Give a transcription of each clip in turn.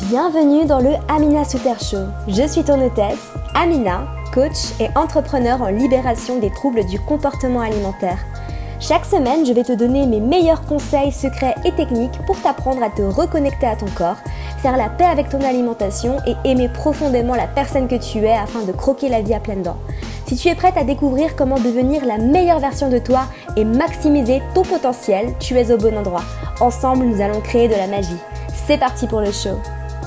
Bienvenue dans le Amina Souter Show. Je suis ton hôtesse, Amina, coach et entrepreneur en libération des troubles du comportement alimentaire. Chaque semaine, je vais te donner mes meilleurs conseils, secrets et techniques pour t'apprendre à te reconnecter à ton corps, faire la paix avec ton alimentation et aimer profondément la personne que tu es afin de croquer la vie à pleines dents. Si tu es prête à découvrir comment devenir la meilleure version de toi et maximiser ton potentiel, tu es au bon endroit. Ensemble, nous allons créer de la magie. C'est parti pour le show.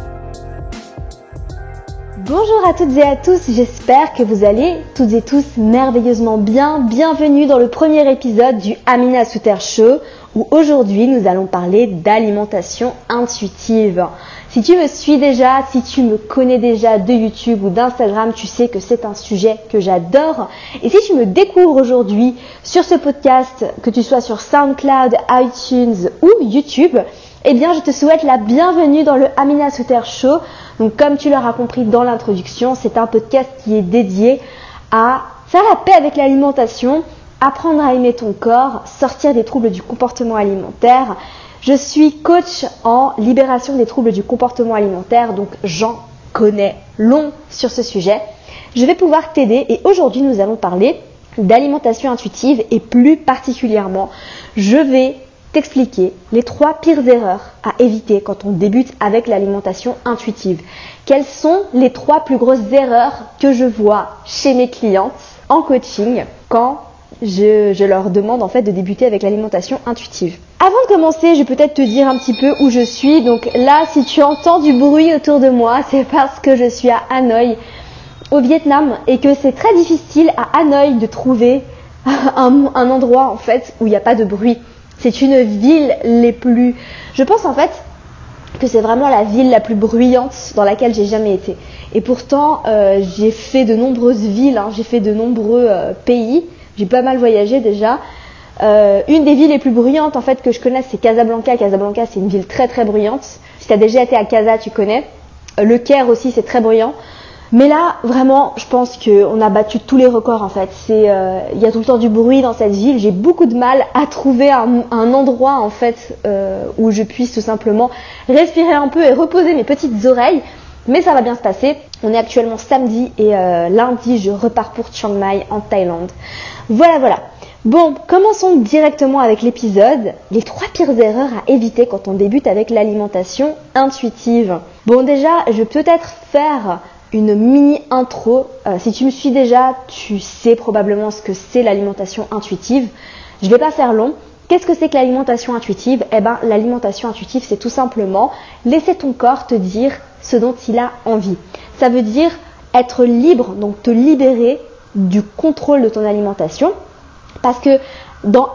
Bonjour à toutes et à tous, j'espère que vous allez toutes et tous merveilleusement bien. Bienvenue dans le premier épisode du Amina Souter Show où aujourd'hui nous allons parler d'alimentation intuitive. Si tu me suis déjà, si tu me connais déjà de YouTube ou d'Instagram, tu sais que c'est un sujet que j'adore. Et si tu me découvres aujourd'hui sur ce podcast, que tu sois sur SoundCloud, iTunes ou YouTube, eh bien je te souhaite la bienvenue dans le Amina Souter Show. Donc comme tu l'auras compris dans l'introduction, c'est un podcast qui est dédié à faire la paix avec l'alimentation, apprendre à aimer ton corps, sortir des troubles du comportement alimentaire. Je suis coach en libération des troubles du comportement alimentaire, donc j'en connais long sur ce sujet. Je vais pouvoir t'aider et aujourd'hui nous allons parler d'alimentation intuitive et plus particulièrement, je vais t'expliquer les 3 pires erreurs à éviter quand on débute avec l'alimentation intuitive. Quelles sont les 3 plus grosses erreurs que je vois chez mes clientes en coaching quand je leur demande en fait de débuter avec l'alimentation intuitive. Avant de commencer, je vais peut-être te dire un petit peu où je suis. Donc là, si tu entends du bruit autour de moi, c'est parce que je suis à Hanoï, au Vietnam, et que c'est très difficile à Hanoï de trouver un endroit en fait où il n'y a pas de bruit. C'est une ville je pense en fait que c'est vraiment la ville la plus bruyante dans laquelle j'ai jamais été. Et pourtant, j'ai fait de nombreuses villes, j'ai fait de nombreux pays. J'ai pas mal voyagé déjà. Une des villes les plus bruyantes en fait que je connais, c'est Casablanca. Casablanca, c'est une ville très très bruyante. Si tu as déjà été à Casa, tu connais. Le Caire aussi, c'est très bruyant. Mais là, vraiment, je pense qu'on a battu tous les records en fait. Il y a tout le temps du bruit dans cette ville. J'ai beaucoup de mal à trouver un endroit en fait où je puisse tout simplement respirer un peu et reposer mes petites oreilles. Mais ça va bien se passer. On est actuellement samedi et lundi, je repars pour Chiang Mai en Thaïlande. Voilà. Bon, commençons directement avec l'épisode. Les 3 pires erreurs à éviter quand on débute avec l'alimentation intuitive. Bon, déjà, je vais peut-être faire une mini intro. Si tu me suis déjà, tu sais probablement ce que c'est l'alimentation intuitive. Je ne vais pas faire long. Qu'est-ce que c'est que l'alimentation intuitive ? Eh bien, l'alimentation intuitive, c'est tout simplement laisser ton corps te dire ce dont il a envie. Ça veut dire être libre, donc te libérer du contrôle de ton alimentation. Parce que dans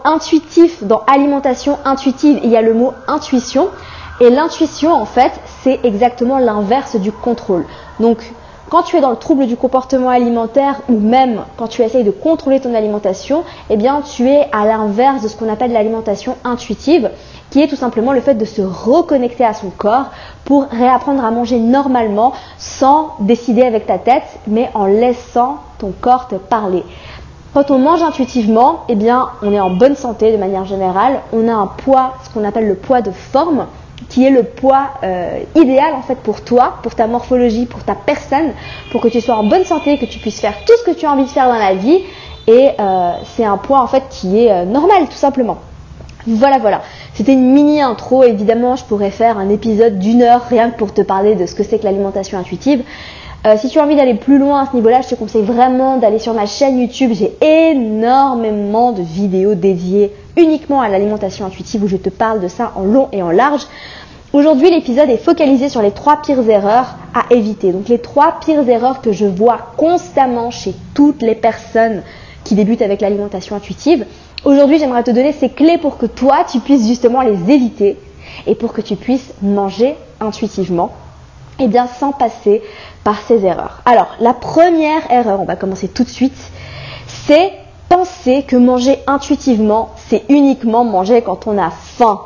alimentation intuitive, il y a le mot intuition. Et l'intuition, en fait, c'est exactement l'inverse du contrôle. Donc, quand tu es dans le trouble du comportement alimentaire ou même quand tu essayes de contrôler ton alimentation, eh bien, tu es à l'inverse de ce qu'on appelle l'alimentation intuitive, qui est tout simplement le fait de se reconnecter à son corps pour réapprendre à manger normalement sans décider avec ta tête, mais en laissant ton corps te parler. Quand on mange intuitivement, eh bien, on est en bonne santé de manière générale. On a un poids, ce qu'on appelle le poids de forme, qui est le poids idéal en fait pour toi, pour ta morphologie, pour ta personne, pour que tu sois en bonne santé, que tu puisses faire tout ce que tu as envie de faire dans la vie. Et c'est un poids en fait qui est normal tout simplement. Voilà. C'était une mini intro. Évidemment, je pourrais faire un épisode d'1 heure rien que pour te parler de ce que c'est que l'alimentation intuitive. Si tu as envie d'aller plus loin à ce niveau-là, je te conseille vraiment d'aller sur ma chaîne YouTube. J'ai énormément de vidéos dédiées uniquement à l'alimentation intuitive où je te parle de ça en long et en large. Aujourd'hui, l'épisode est focalisé sur les 3 pires erreurs à éviter. Donc les 3 pires erreurs que je vois constamment chez toutes les personnes qui débutent avec l'alimentation intuitive. Aujourd'hui, j'aimerais te donner ces clés pour que toi, tu puisses justement les éviter et pour que tu puisses manger intuitivement, et bien sans passer par ces erreurs. Alors, la première erreur, on va commencer tout de suite, c'est penser que manger intuitivement, c'est uniquement manger quand on a faim.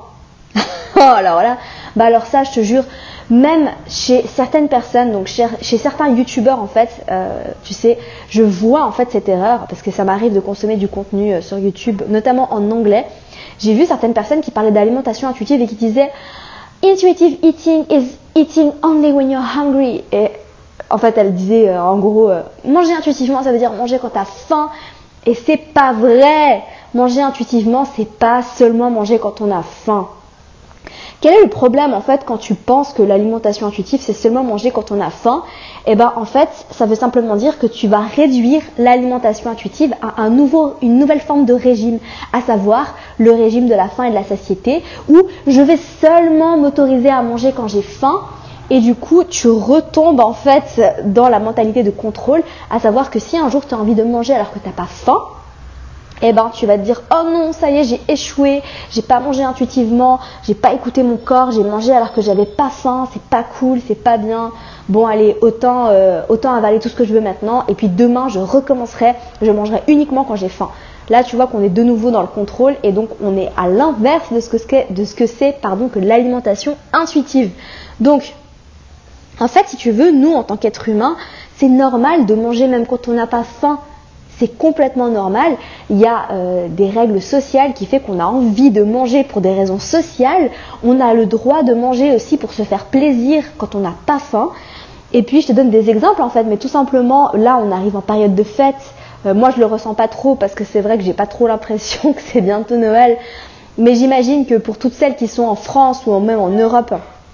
Alors ça, je te jure, même chez certaines personnes, donc chez certains youtubeurs en fait, tu sais, je vois en fait cette erreur parce que ça m'arrive de consommer du contenu sur YouTube, notamment en anglais. J'ai vu certaines personnes qui parlaient d'alimentation intuitive et qui disaient « Intuitive eating is eating only when you're hungry. Et en fait, elle disait en gros, manger intuitivement, ça veut dire manger quand t'as faim. Et c'est pas vrai. Manger intuitivement, c'est pas seulement manger quand on a faim. Quel est le problème en fait quand tu penses que l'alimentation intuitive c'est seulement manger quand on a faim? Eh ben en fait ça veut simplement dire que tu vas réduire l'alimentation intuitive à une nouvelle forme de régime, à savoir le régime de la faim et de la satiété, où je vais seulement m'autoriser à manger quand j'ai faim. Et du coup, tu retombes en fait dans la mentalité de contrôle, à savoir que si un jour tu as envie de manger alors que tu n'as pas faim, eh ben tu vas te dire oh non, ça y est, j'ai échoué, j'ai pas mangé intuitivement, j'ai pas écouté mon corps, j'ai mangé alors que j'avais pas faim, c'est pas cool, c'est pas bien. Bon allez, autant avaler tout ce que je veux maintenant, et puis demain je recommencerai, je mangerai uniquement quand j'ai faim. Là tu vois qu'on est de nouveau dans le contrôle, et donc on est à l'inverse de ce que c'est que l'alimentation intuitive. Donc en fait, si tu veux, nous en tant qu'être humain, c'est normal de manger même quand on n'a pas faim. C'est complètement normal. Il y a des règles sociales qui font qu'on a envie de manger pour des raisons sociales. On a le droit de manger aussi pour se faire plaisir quand on n'a pas faim. Et puis, je te donne des exemples en fait, mais tout simplement, là, on arrive en période de fête. Moi, je le ressens pas trop parce que c'est vrai que j'ai pas trop l'impression que c'est bientôt Noël. Mais j'imagine que pour toutes celles qui sont en France ou même en Europe,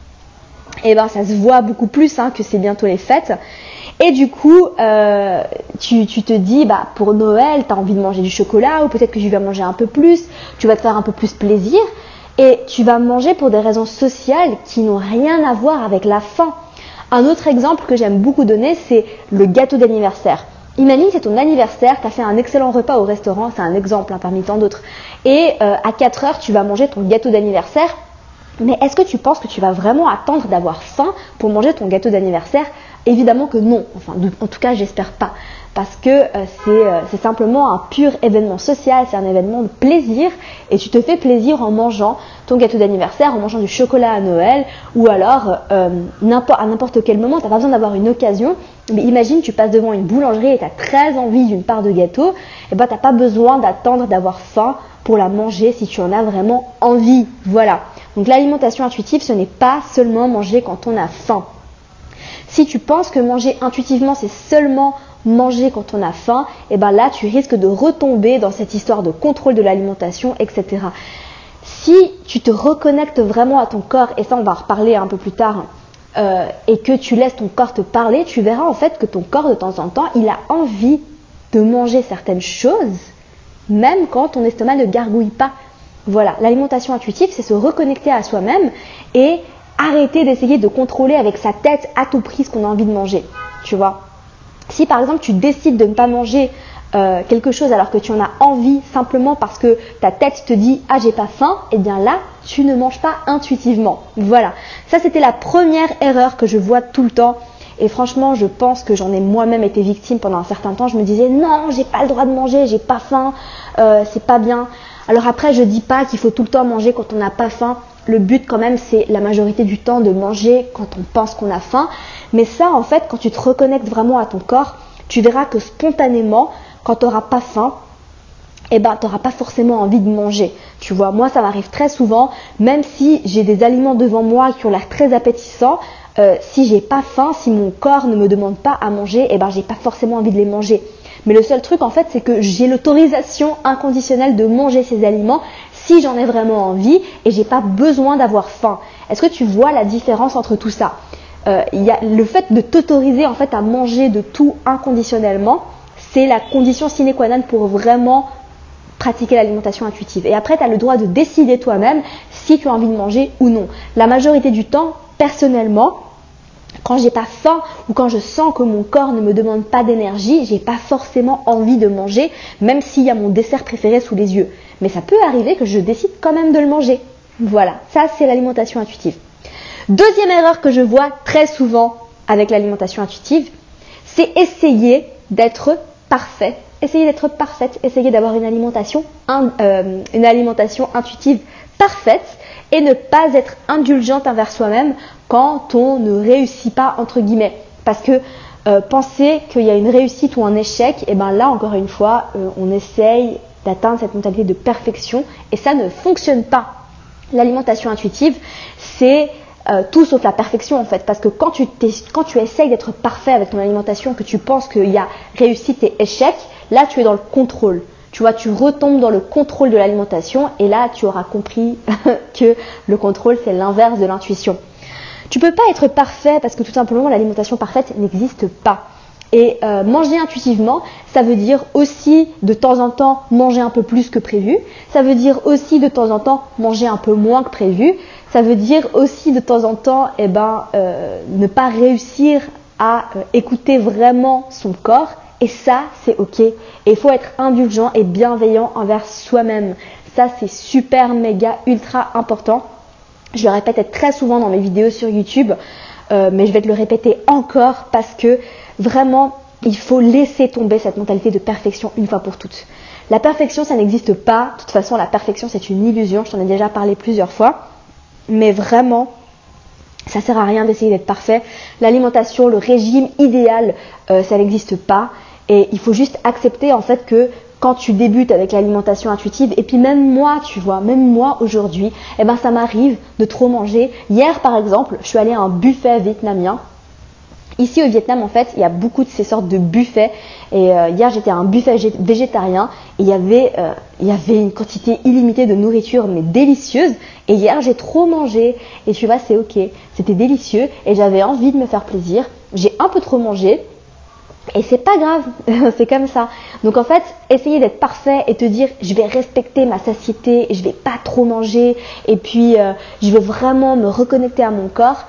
eh ben, ça se voit beaucoup plus que c'est bientôt les fêtes. Et du coup, tu te dis, pour Noël, tu as envie de manger du chocolat, ou peut-être que tu vas manger un peu plus, tu vas te faire un peu plus plaisir, et tu vas manger pour des raisons sociales qui n'ont rien à voir avec la faim. Un autre exemple que j'aime beaucoup donner, c'est le gâteau d'anniversaire. Imagine, c'est ton anniversaire, tu as fait un excellent repas au restaurant, c'est un exemple parmi tant d'autres, et à 4 heures, tu vas manger ton gâteau d'anniversaire. Mais est-ce que tu penses que tu vas vraiment attendre d'avoir faim pour manger ton gâteau d'anniversaire? Évidemment que non, enfin en tout cas j'espère pas, parce que c'est simplement un pur événement social, c'est un événement de plaisir, et tu te fais plaisir en mangeant ton gâteau d'anniversaire, en mangeant du chocolat à Noël, ou alors à n'importe quel moment. Tu n'as pas besoin d'avoir une occasion, mais imagine tu passes devant une boulangerie et tu as très envie d'une part de gâteau, et tu n'as pas besoin d'attendre d'avoir faim pour la manger si tu en as vraiment envie. Voilà. Donc l'alimentation intuitive, ce n'est pas seulement manger quand on a faim. Si tu penses que manger intuitivement, c'est seulement manger quand on a faim, et ben là, tu risques de retomber dans cette histoire de contrôle de l'alimentation, etc. Si tu te reconnectes vraiment à ton corps, et ça on va en reparler un peu plus tard, et que tu laisses ton corps te parler, tu verras en fait que ton corps, de temps en temps, il a envie de manger certaines choses, même quand ton estomac ne gargouille pas. Voilà, l'alimentation intuitive, c'est se reconnecter à soi-même et arrêter d'essayer de contrôler avec sa tête à tout prix ce qu'on a envie de manger, tu vois. Si par exemple tu décides de ne pas manger quelque chose alors que tu en as envie simplement parce que ta tête te dit « Ah, j'ai pas faim », et bien là, tu ne manges pas intuitivement. Voilà, ça c'était la première erreur que je vois tout le temps. Et franchement, je pense que j'en ai moi-même été victime pendant un certain temps. Je me disais « Non, j'ai pas le droit de manger, j'ai pas faim, c'est pas bien ». Alors après, je dis pas qu'il faut tout le temps manger quand on n'a pas faim. Le but quand même, c'est la majorité du temps de manger quand on pense qu'on a faim. Mais ça, en fait, quand tu te reconnectes vraiment à ton corps, tu verras que spontanément, quand tu n'auras pas faim, tu n'auras pas forcément envie de manger. Tu vois, moi, ça m'arrive très souvent, même si j'ai des aliments devant moi qui ont l'air très appétissants, si j'ai pas faim, si mon corps ne me demande pas à manger, j'ai pas forcément envie de les manger. Mais le seul truc en fait, c'est que j'ai l'autorisation inconditionnelle de manger ces aliments si j'en ai vraiment envie et j'ai pas besoin d'avoir faim. Est-ce que tu vois la différence entre tout ça? Il y a le fait de t'autoriser en fait à manger de tout inconditionnellement, c'est la condition sine qua non pour vraiment pratiquer l'alimentation intuitive. Et après, tu as le droit de décider toi-même si tu as envie de manger ou non. La majorité du temps, personnellement, quand j'ai pas faim ou quand je sens que mon corps ne me demande pas d'énergie, j'ai pas forcément envie de manger, même s'il y a mon dessert préféré sous les yeux. Mais ça peut arriver que je décide quand même de le manger. Voilà, ça c'est l'alimentation intuitive. Deuxième erreur que je vois très souvent avec l'alimentation intuitive, c'est essayer d'être parfait. Essayer d'être parfaite, essayer d'avoir une alimentation intuitive parfaite et ne pas être indulgente envers soi-même quand on ne réussit pas, entre guillemets. Parce que penser qu'il y a une réussite ou un échec, et là encore une fois, on essaye d'atteindre cette mentalité de perfection et ça ne fonctionne pas. L'alimentation intuitive, c'est tout sauf la perfection en fait, parce que quand tu essayes d'être parfait avec ton alimentation, que tu penses qu'il y a réussite et échec, là tu es dans le contrôle. Tu vois, tu retombes dans le contrôle de l'alimentation et là tu auras compris que le contrôle c'est l'inverse de l'intuition. Tu peux pas être parfait parce que tout simplement l'alimentation parfaite n'existe pas. Et manger intuitivement, ça veut dire aussi de temps en temps manger un peu plus que prévu. Ça veut dire aussi de temps en temps manger un peu moins que prévu. Ça veut dire aussi de temps en temps ne pas réussir à écouter vraiment son corps. Et ça, c'est ok. Et il faut être indulgent et bienveillant envers soi-même. Ça, c'est super, méga, ultra important. Je le répète très souvent dans mes vidéos sur YouTube, mais je vais te le répéter encore parce que vraiment, il faut laisser tomber cette mentalité de perfection une fois pour toutes. La perfection, ça n'existe pas. De toute façon, la perfection, c'est une illusion. Je t'en ai déjà parlé plusieurs fois. Mais vraiment, ça sert à rien d'essayer d'être parfait. L'alimentation, le régime idéal, ça n'existe pas. Et il faut juste accepter en fait que quand tu débutes avec l'alimentation intuitive, et puis même moi, tu vois, même moi aujourd'hui, ça m'arrive de trop manger. Hier par exemple, je suis allée à un buffet vietnamien. Ici au Vietnam en fait, il y a beaucoup de ces sortes de buffets. Et hier j'étais à un buffet végétarien et il y avait une quantité illimitée de nourriture mais délicieuse. Et hier j'ai trop mangé et tu vois c'est ok, c'était délicieux et j'avais envie de me faire plaisir. J'ai un peu trop mangé. Et c'est pas grave, c'est comme ça. Donc en fait, essayer d'être parfait et te dire je vais respecter ma satiété, je vais pas trop manger et puis je vais vraiment me reconnecter à mon corps.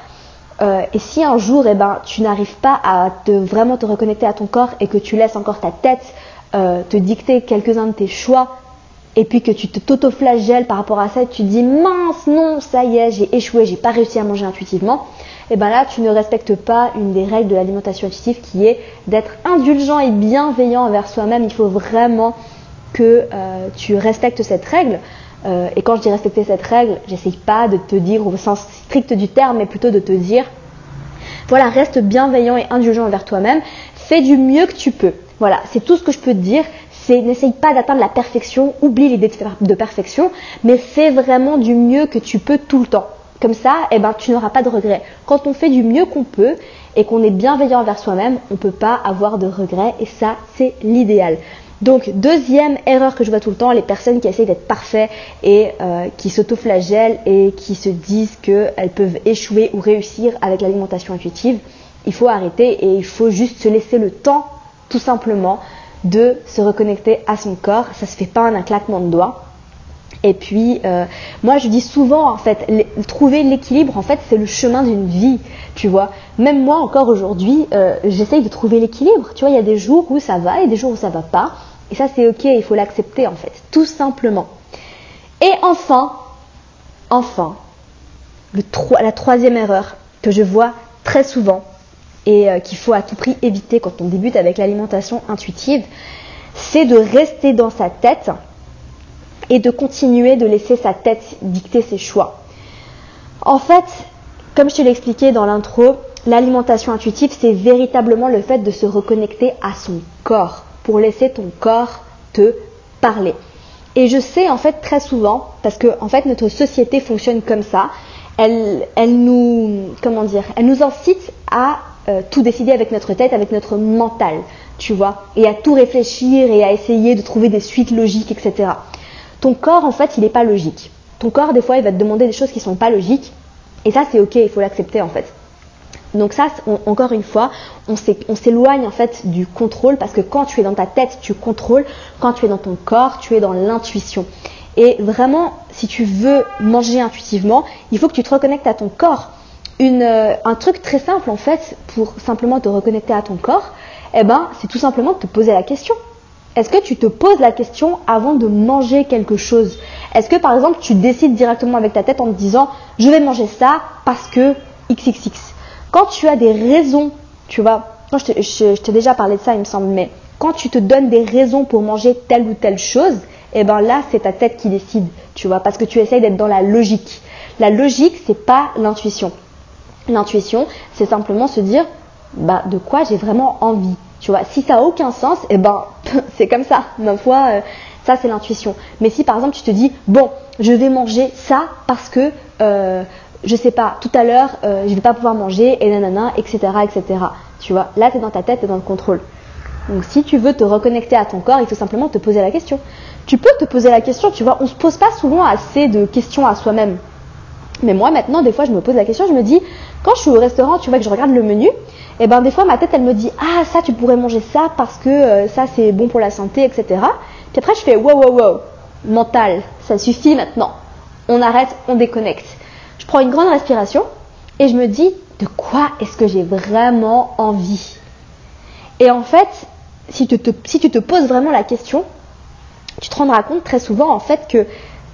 Et si un jour tu n'arrives pas à vraiment te reconnecter à ton corps et que tu laisses encore ta tête te dicter quelques-uns de tes choix et puis que tu t'auto-flagelles par rapport à ça et tu te dis mince non ça y est j'ai échoué, j'ai pas réussi à manger intuitivement, et là tu ne respectes pas une des règles de l'alimentation intuitive qui est d'être indulgent et bienveillant envers soi-même. Il faut vraiment que tu respectes cette règle. Et quand je dis respecter cette règle, j'essaye pas de te dire au sens strict du terme, mais plutôt de te dire voilà, reste bienveillant et indulgent envers toi-même, fais du mieux que tu peux. Voilà, c'est tout ce que je peux te dire. N'essaye pas d'atteindre la perfection, oublie l'idée de perfection, mais fais vraiment du mieux que tu peux tout le temps. Comme ça, tu n'auras pas de regrets. Quand on fait du mieux qu'on peut et qu'on est bienveillant envers soi-même, on ne peut pas avoir de regrets et ça, c'est l'idéal. Donc, deuxième erreur que je vois tout le temps, les personnes qui essayent d'être parfaites et qui s'auto-flagellent et qui se disent qu'elles peuvent échouer ou réussir avec l'alimentation intuitive. Il faut arrêter et il faut juste se laisser le temps, tout simplement, de se reconnecter à son corps. Ça se fait pas en un claquement de doigts. Et puis, moi je dis souvent en fait, trouver l'équilibre en fait c'est le chemin d'une vie, tu vois. Même moi encore aujourd'hui, j'essaye de trouver l'équilibre. Tu vois, il y a des jours où ça va et des jours où ça va pas. Et ça c'est ok, il faut l'accepter en fait, tout simplement. Et enfin, la troisième erreur que je vois très souvent et qu'il faut à tout prix éviter quand on débute avec l'alimentation intuitive, c'est de rester dans sa tête et de continuer de laisser sa tête dicter ses choix. En fait, comme je te l'ai expliqué dans l'intro, l'alimentation intuitive, c'est véritablement le fait de se reconnecter à son corps pour laisser ton corps te parler. Et je sais en fait très souvent, parce que en fait notre société fonctionne comme ça, elle nous incite à tout décider avec notre tête, avec notre mental, tu vois, et à tout réfléchir et à essayer de trouver des suites logiques, etc. Ton corps, en fait, il n'est pas logique. Ton corps, des fois, il va te demander des choses qui ne sont pas logiques. Et ça, c'est ok, il faut l'accepter, en fait. Donc ça, encore une fois, on s'éloigne, en fait, du contrôle. Parce que quand tu es dans ta tête, tu contrôles. Quand tu es dans ton corps, tu es dans l'intuition. Et vraiment, si tu veux manger intuitivement, il faut que tu te reconnectes à ton corps. Un truc très simple, en fait, pour simplement te reconnecter à ton corps, c'est tout simplement de te poser la question. Est-ce que tu te poses la question avant de manger quelque chose? Est-ce que par exemple tu décides directement avec ta tête en te disant je vais manger ça parce que XXX? Quand tu as des raisons, tu vois, je t'ai déjà parlé de ça il me semble, mais quand tu te donnes des raisons pour manger telle ou telle chose, là c'est ta tête qui décide, tu vois, parce que tu essayes d'être dans la logique. La logique, c'est pas l'intuition. L'intuition, c'est simplement se dire de quoi j'ai vraiment envie. Tu vois, si ça n'a aucun sens, c'est comme ça. Ma foi, ça c'est l'intuition. Mais si par exemple tu te dis, bon, je vais manger ça parce que je sais pas, tout à l'heure, je vais pas pouvoir manger et nanana, etc., etc. Tu vois, là, t'es dans ta tête, t'es dans le contrôle. Donc, si tu veux te reconnecter à ton corps, il faut simplement te poser la question. Tu peux te poser la question, tu vois, on se pose pas souvent assez de questions à soi-même. Mais moi, maintenant, des fois, je me pose la question, je me dis, quand je suis au restaurant, tu vois, que je regarde le menu, et ben, des fois, ma tête, elle me dit, ah, ça, tu pourrais manger ça parce que ça, c'est bon pour la santé, etc. Puis après, je fais, wow, mental, ça suffit maintenant. On arrête, on déconnecte. Je prends une grande respiration et je me dis, de quoi est-ce que j'ai vraiment envie? Et en fait, si tu te poses vraiment la question, tu te rendras compte très souvent en fait que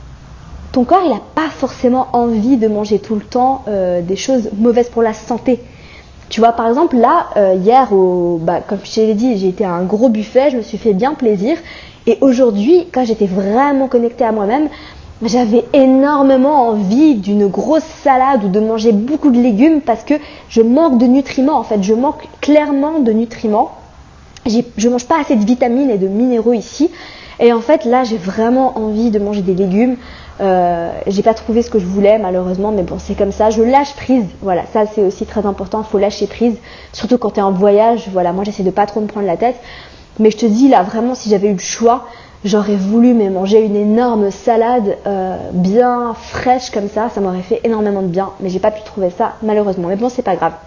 ton corps, il n'a pas forcément envie de manger tout le temps des choses mauvaises pour la santé. Tu vois, par exemple, là, hier, comme je t'ai dit, j'ai été à un gros buffet, je me suis fait bien plaisir. Et aujourd'hui, quand j'étais vraiment connectée à moi-même, j'avais énormément envie d'une grosse salade ou de manger beaucoup de légumes parce que je manque de nutriments en fait. Je manque clairement de nutriments. Je mange pas assez de vitamines et de minéraux ici. Et en fait, là, j'ai vraiment envie de manger des légumes. J'ai pas trouvé ce que je voulais malheureusement, mais bon, c'est comme ça. Je lâche prise. Voilà, ça c'est aussi très important. Faut lâcher prise, surtout quand t'es en voyage. Voilà, moi j'essaie de pas trop me prendre la tête. Mais je te dis là, vraiment, si j'avais eu le choix, j'aurais voulu manger une énorme salade bien fraîche comme ça. Ça m'aurait fait énormément de bien. Mais j'ai pas pu trouver ça malheureusement. Mais bon, c'est pas grave.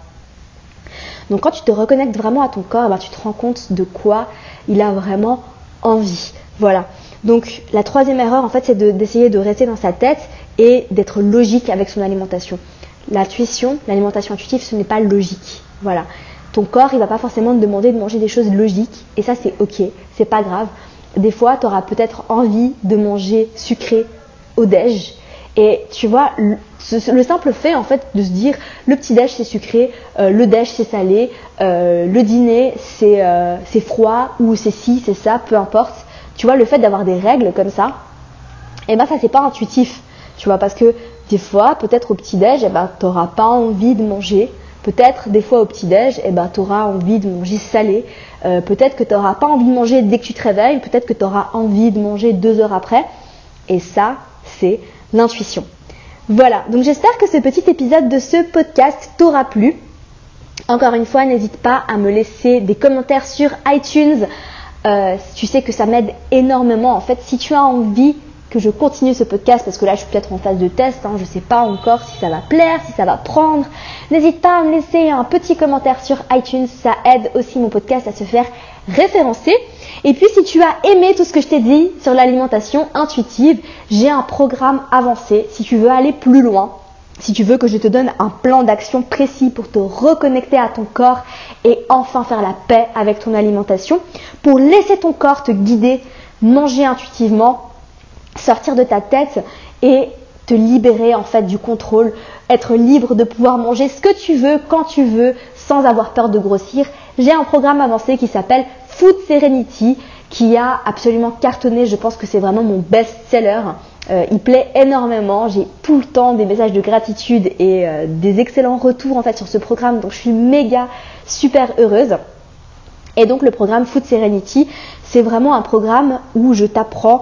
Donc quand tu te reconnectes vraiment à ton corps, tu te rends compte de quoi il a vraiment envie. Voilà. Donc la troisième erreur en fait, c'est d'essayer de rester dans sa tête et d'être logique avec son alimentation. L'intuition, l'alimentation intuitive, ce n'est pas logique. Voilà. Ton corps, il va pas forcément te demander de manger des choses logiques et ça c'est ok, c'est pas grave. Des fois, tu auras peut-être envie de manger sucré au déj. Et tu vois, le simple fait en fait de se dire le petit déj c'est sucré, le déj c'est salé, le dîner c'est froid ou c'est ci, c'est ça, peu importe. Tu vois, le fait d'avoir des règles comme ça, ça c'est pas intuitif. Tu vois, parce que des fois, peut-être au petit déj, t'auras pas envie de manger. Peut-être des fois au petit déj, t'auras envie de manger salé. Peut-être que t'auras pas envie de manger dès que tu te réveilles. Peut-être que t'auras envie de manger 2 heures après. Et ça, c'est l'intuition. Voilà, donc j'espère que ce petit épisode de ce podcast t'aura plu. Encore une fois, n'hésite pas à me laisser des commentaires sur iTunes. Tu sais que ça m'aide énormément. En fait, si tu as envie que je continue ce podcast, parce que là je suis peut-être en phase de test, je ne sais pas encore si ça va plaire, si ça va prendre, n'hésite pas à me laisser un petit commentaire sur iTunes, ça aide aussi mon podcast à se faire référencer. Et puis si tu as aimé tout ce que je t'ai dit sur l'alimentation intuitive, j'ai un programme avancé. Si tu veux aller plus loin, si tu veux que je te donne un plan d'action précis pour te reconnecter à ton corps et enfin faire la paix avec ton alimentation, pour laisser ton corps te guider, manger intuitivement, sortir de ta tête et te libérer en fait du contrôle, être libre de pouvoir manger ce que tu veux, quand tu veux, sans avoir peur de grossir. J'ai un programme avancé qui s'appelle Food Serenity, qui a absolument cartonné. Je pense que c'est vraiment mon best-seller. Il plaît énormément. J'ai tout le temps des messages de gratitude et des excellents retours en fait sur ce programme. Donc je suis méga super heureuse. Et donc le programme Food Serenity, c'est vraiment un programme où je t'apprends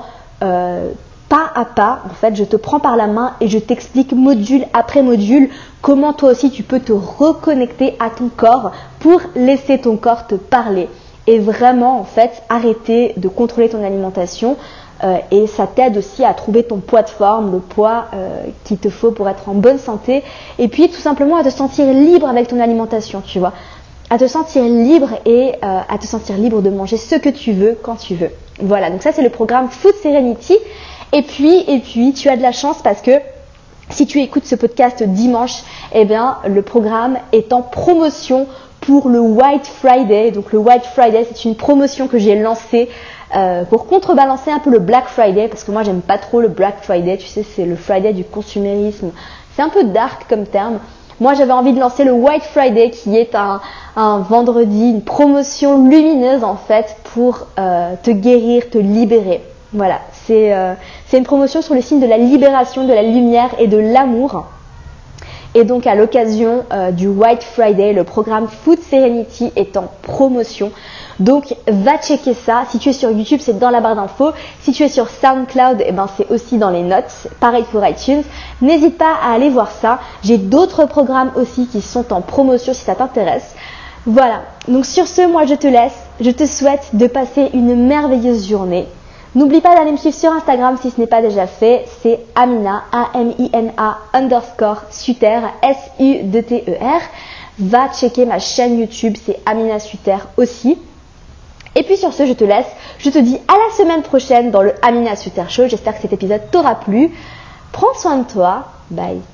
pas à pas, en fait, je te prends par la main et je t'explique module après module comment toi aussi tu peux te reconnecter à ton corps pour laisser ton corps te parler et vraiment en fait arrêter de contrôler ton alimentation et ça t'aide aussi à trouver ton poids de forme, le poids qu'il te faut pour être en bonne santé et puis tout simplement à te sentir libre avec ton alimentation, tu vois, à te sentir libre et à te sentir libre de manger ce que tu veux quand tu veux. Voilà, donc ça c'est le programme Food Serenity. Et puis, tu as de la chance parce que si tu écoutes ce podcast dimanche, le programme est en promotion pour le White Friday. Donc le White Friday, c'est une promotion que j'ai lancée pour contrebalancer un peu le Black Friday parce que moi j'aime pas trop le Black Friday. Tu sais, c'est le Friday du consumérisme. C'est un peu dark comme terme. Moi, j'avais envie de lancer le White Friday qui est un vendredi, une promotion lumineuse en fait pour te guérir, te libérer. Voilà, c'est une promotion sur le signe de la libération, de la lumière et de l'amour. Et donc à l'occasion du White Friday, le programme Food Serenity est en promotion. Donc va checker ça. Si tu es sur YouTube, c'est dans la barre d'infos. Si tu es sur SoundCloud, c'est aussi dans les notes. Pareil pour iTunes. N'hésite pas à aller voir ça. J'ai d'autres programmes aussi qui sont en promotion si ça t'intéresse. Voilà. Donc sur ce, moi je te laisse. Je te souhaite de passer une merveilleuse journée. N'oublie pas d'aller me suivre sur Instagram si ce n'est pas déjà fait. C'est Amina, A-M-I-N-A _Suter, S-U-T-E-R. Va checker ma chaîne YouTube, c'est Amina Suter aussi. Et puis sur ce, je te laisse. Je te dis à la semaine prochaine dans le Amina Suter Show. J'espère que cet épisode t'aura plu. Prends soin de toi. Bye.